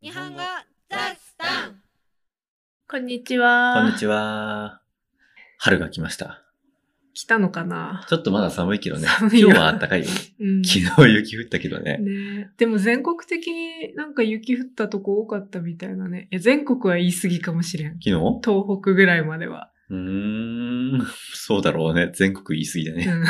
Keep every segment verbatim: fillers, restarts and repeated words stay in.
日本語ザスタン。 こんにちは。 こんにちは。春が来ました。 来たのかな。 ちょっとまだ寒いけどね。 寒いよ今日は暖かいよ。 うん、 昨日雪降ったけどね。 ね。でも全国的になんか雪降ったとこ多かったみたいなね。いや全国は言い過ぎかもしれん。 昨日東北ぐらいまでは。 うーん、そうだろうね。全国言い過ぎだね。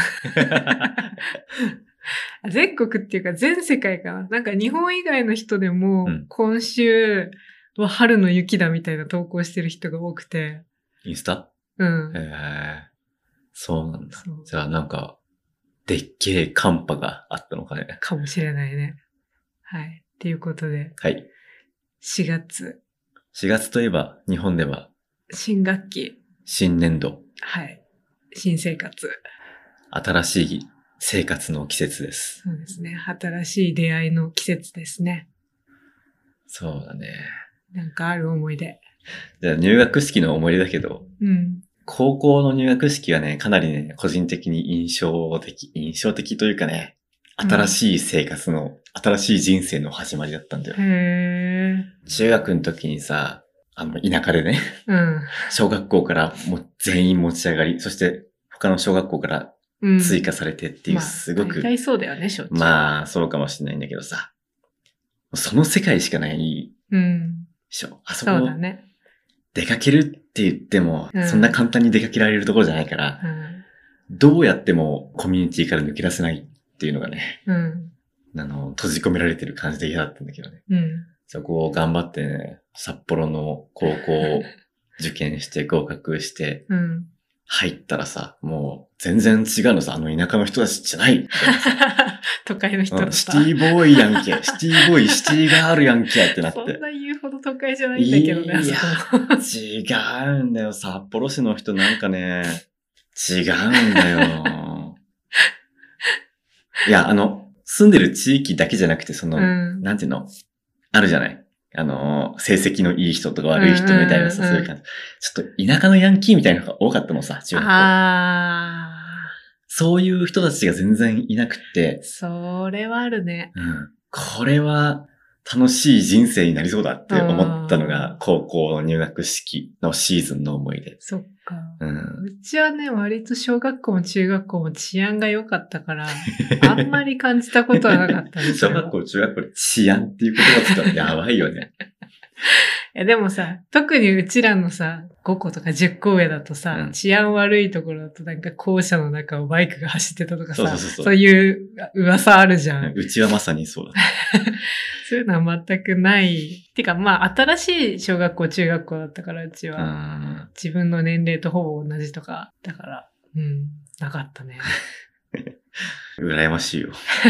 うん、全国っていうか全世界かな。なんか日本以外の人でも今週は春の雪だみたいな投稿してる人が多くて。 インスタ？ うん。 へえ、そうなんだ。じゃあなんか、でっけえ寒波があったのかね。 かもしれないね。はい。っていうことで。 はい。 しがつ。 しがつといえば、日本では。 新学期。 新年度。 はい。新生活。 新しい生活の季節です。 そうですね。新しい出会いの季節ですね。 そうだね。 なんかある思い出。 じゃあ入学式の思い出だけど。 うん。 高校の入学式はね、かなりね、個人的に印象的、印象的というかね、新しい生活の、うん、新しい人生の始まりだったんだよ。 へー。 中学の時にさ、あの、田舎でね、 うん、 小学校からもう全員持ち上がり、そして他の小学校から追加されてっていう、うん、すごく。まあ、 大体そうだよね、しょっちゅう。 まあ、そうかもしれないんだけどさ、その世界しかないでしょ。うん、あそこ。 そうだね。 出かけるって言っても、うん、そんな簡単に出かけられるところじゃないから、うん、どうやってもコミュニティから抜け出せないっていうのがね、うん、あの、閉じ込められてる感じで嫌だったんだけどね。うん、そこを頑張ってね、札幌の高校を受験して合格して、うん入ったらさ、もう全然違うのさ、あの田舎の人たちじゃない。 都会の人だった。 シティボーイやんけ。シティボーイ、シティガールやんけってなって。 そんな言うほど都会じゃないんだけどね。 いや、違うんだよ。札幌市の人なんかね、違うんだよ。いや、あの、住んでる地域だけじゃなくて、その、うん、なんていうのあるじゃないあの、成績のいい人とか悪い人みたいなさ、そういう感じ。ちょっと田舎のヤンキーみたいなのが多かったのさ、中学校。あそういう人たちが全然いなくって。 それはあるね。 うん。これは楽しい人生になりそうだって思ったのが、高校の入学式のシーズンの思い出。 そっか。うん、うちはね、割と小学校も中学校も治安が良かったから、あんまり感じたことはなかったんですよ。 小学校、中学校で治安っていう言葉って言ったらやばいよね。 いやでもさ、特にうちらのさ、ごことかじゅっこ上だとさ、うん、治安悪いところだとなんか校舎の中をバイクが走ってたとかさ、そうそうそうそう、そういう噂あるじゃん。 うちはまさにそうだ。 そういうのは全くない。てかまあ新しい小学校、中学校だったからうちは、自分の年齢とほぼ同じとか、だから、うん、なかったね。 羨ましいよ。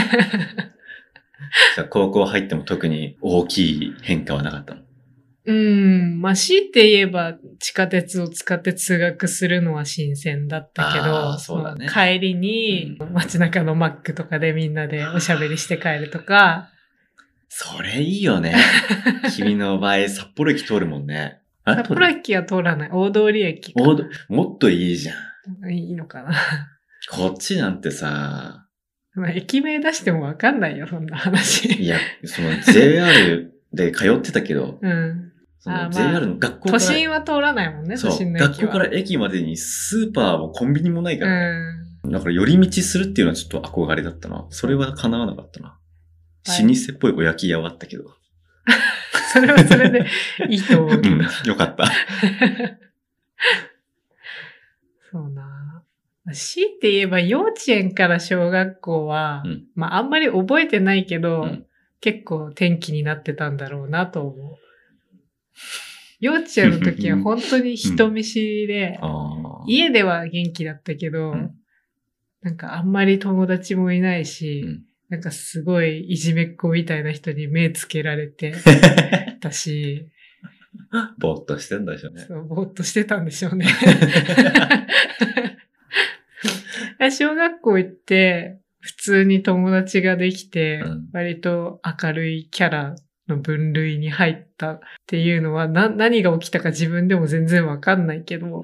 じゃあ高校入っても特に大きい変化はなかったの？ うん。まあ、強いて言えば、地下鉄を使って通学するのは新鮮だったけど、 そうだね、 帰りに、街中のマックとかでみんなでおしゃべりして帰るとか。 それいいよね。君の場合、札幌駅通るもんね。 札幌駅は通らない。大通駅か。 もっといいじゃん。いいのかな。 こっちなんてさ、 まあ、駅名出してもわかんないよ、そんな話。 いや、その ジェイアール で通ってたけど、うん。その ジェイアール の学校から、 都心は通らないもんね、都心の駅は。 学校から駅までにスーパーもコンビニもないからね。うん、だから寄り道するっていうのはちょっと憧れだったな。それは叶わなかったな。老舗っぽいお焼き屋はあったけど。 それはそれでいいと思うけど。うん、 よかった。 そうな。強いて言えば幼稚園から小学校は、うん、まああんまり覚えてないけど、うん、結構転機になってたんだろうなと思う。幼稚園の時は本当に人見知りで、うん、家では元気だったけど、うん、なんかあんまり友達もいないし、うん、なんかすごいいじめっ子みたいな人に目つけられてたし、 ぼーっとしてんでしょうね。 そう、ぼーっとしてたんでしょうね。小学校行って、普通に友達ができて、うん、割と明るいキャラの分類に入ったっていうのは、な、何が起きたか自分でも全然わかんないけど。 うん、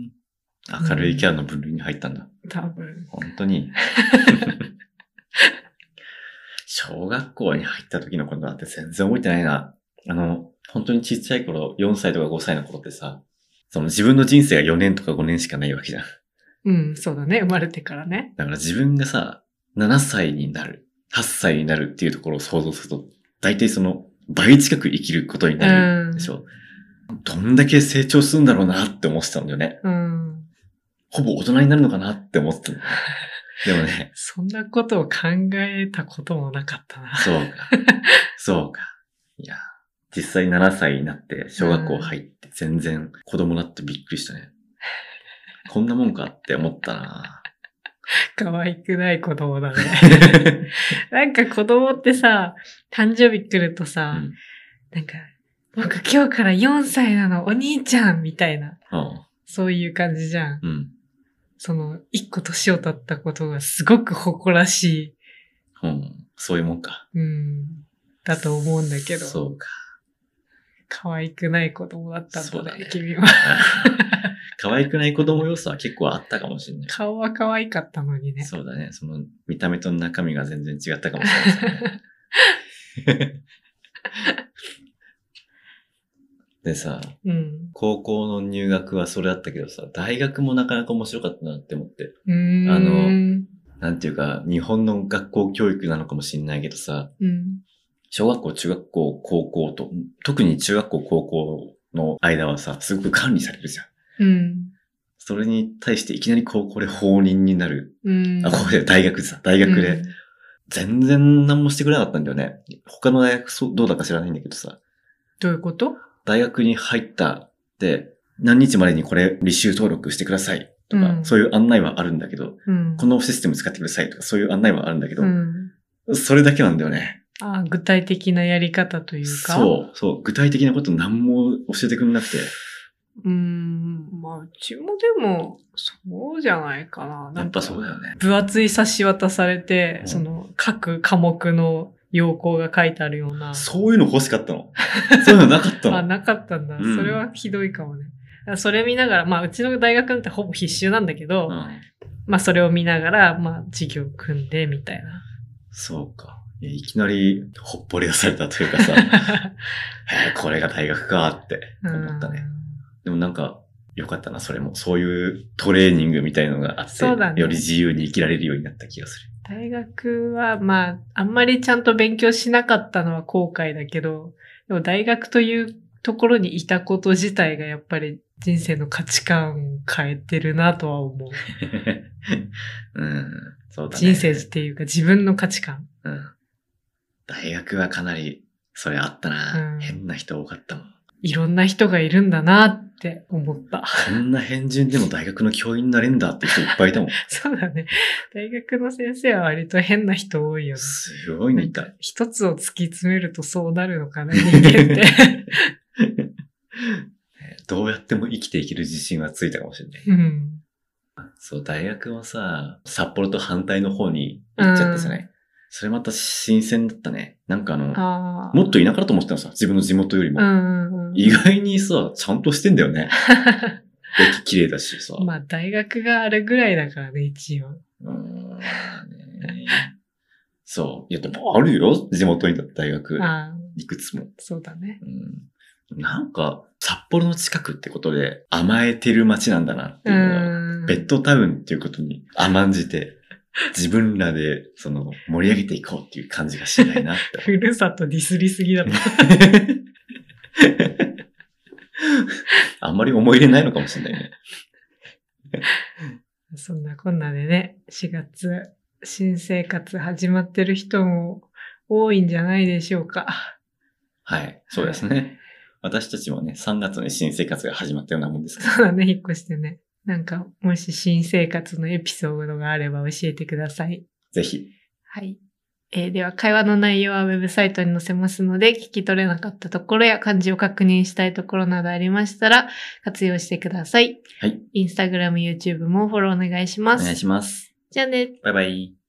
明るいキャラの分類に入ったんだ。 うん、多分。 本当に。 小学校に入った時のことなんて全然覚えてないな。あの、本当にちっちゃい頃、よんさいとかごさいの頃ってさ、その自分の人生がよねんとかごねんしかないわけじゃん。 うん、そうだね。生まれてからね。 だから自分がさ、ななさいになる、はっさいになるっていうところを想像すると、大体その倍近く生きることになるでしょ。うん、どんだけ成長するんだろうなって思ってたんだよね。 うん。 ほぼ大人になるのかなって思ってたんだよ。でもね。 そんなことを考えたこともなかったな。 そうか。そうか。いや、実際ななさいになって小学校入って全然子供だってびっくりしたね。こんなもんかって思ったな。 可愛くない子供だね。なんか子供ってさ、誕生日来るとさ、うん、なんか、僕今日からよんさいなの、お兄ちゃんみたいな。うん、そういう感じじゃん。うん、その、一個年を経ったことがすごく誇らしい。 うん、そういうもんか。 うん。だと思うんだけど。 そうか。 可愛くない子供だったんだね、だね君は。 可愛くない子供要素は結構あったかもしれない。 顔は可愛かったのにね。 そうだね。その見た目と中身が全然違ったかもしれないですね。でさ、うん、高校の入学はそれだったけどさ、大学もなかなか面白かったなって思って。 うーんあの、なんていうか、日本の学校教育なのかもしれないけどさ、うん、小学校、中学校、高校と、特に中学校、高校の間はさ、すごく管理されるじゃん。うん。それに対していきなり高校で放任になる。うん。あ、ここで大学でさ、大学で。全然何もしてくれなかったんだよね。他の大学どうだか知らないんだけどさ。 どういうこと？ 大学に入ったって、何日までにこれ履修登録してくださいとか、うん、そういう案内はあるんだけど、うん、このシステム使ってくださいとか、そういう案内はあるんだけど、うん、それだけなんだよね。 ああ、具体的なやり方というか。 そう、そう、具体的なこと何も教えてくれなくて。 うーん、まあ、うちもでも、そうじゃないかな。なんかやっぱそうだよね。 分厚い冊子渡されて、うん、その、各科目の要項が書いてあるような。 そういうの欲しかったの。そういうのなかったの。 あ、なかったんだ、うん。それはひどいかもね。それ見ながら、まあ、うちの大学なんてほぼ必修なんだけど、うん、まあ、それを見ながら、まあ、授業組んで、みたいな。 そうか。いきなりほっぽり出されたというかさ、へこれが大学かって思ったね。でもなんか良かったな、それも。そういうトレーニングみたいのがあって、そうだね、より自由に生きられるようになった気がする。 大学はまあ、あんまりちゃんと勉強しなかったのは後悔だけど、でも大学というところにいたこと自体がやっぱり人生の価値観を変えてるなとは思う。 うん、そうだね。 人生っていうか自分の価値観。 うん、大学はかなりそれあったな、うん。変な人多かったもん。 いろんな人がいるんだなって思った。 こんな変人でも大学の教員になれんだって人いっぱいいたもん。 そうだね。大学の先生は割と変な人多いよね。 すごいね。 一つを突き詰めるとそうなるのかな、人間って。 どうやっても生きていける自信はついたかもしれない。うん、そう、大学もさ、札幌と反対の方に行っちゃったじゃない、うん、それまた新鮮だったね。なんかあの、あもっと田舎だと思ってたのさ、自分の地元よりも。うんうん、意外にさ、ちゃんとしてんだよね。駅綺麗だしさ。 まあ大学があるぐらいだからね、一応。うーんね、そう。いや、でもあるよ、地元にだった大学。いくつも。 そうだね。 うん、なんか、札幌の近くってことで甘えてる街なんだなっていうのが、ベッドタウンっていうことに甘んじて、自分らで、その、盛り上げていこうっていう感じがしないなって。 ふるさとディスりすぎだった。 あんまり思い入れないのかもしれないね。 そんなこんなでね、しがつ、新生活始まってる人も多いんじゃないでしょうか。 はい、そうですね。はい、私たちもね、さんがつに新生活が始まったようなもんですから。 そうだね、引っ越してね。なんか、もし新生活のエピソードがあれば教えてください。 ぜひ。 はい。えー、では、会話の内容はウェブサイトに載せますので、聞き取れなかったところや漢字を確認したいところなどありましたら、活用してください。 はい。 インスタグラム、YouTube もフォローお願いします。 お願いします。 じゃあね。 バイバイ。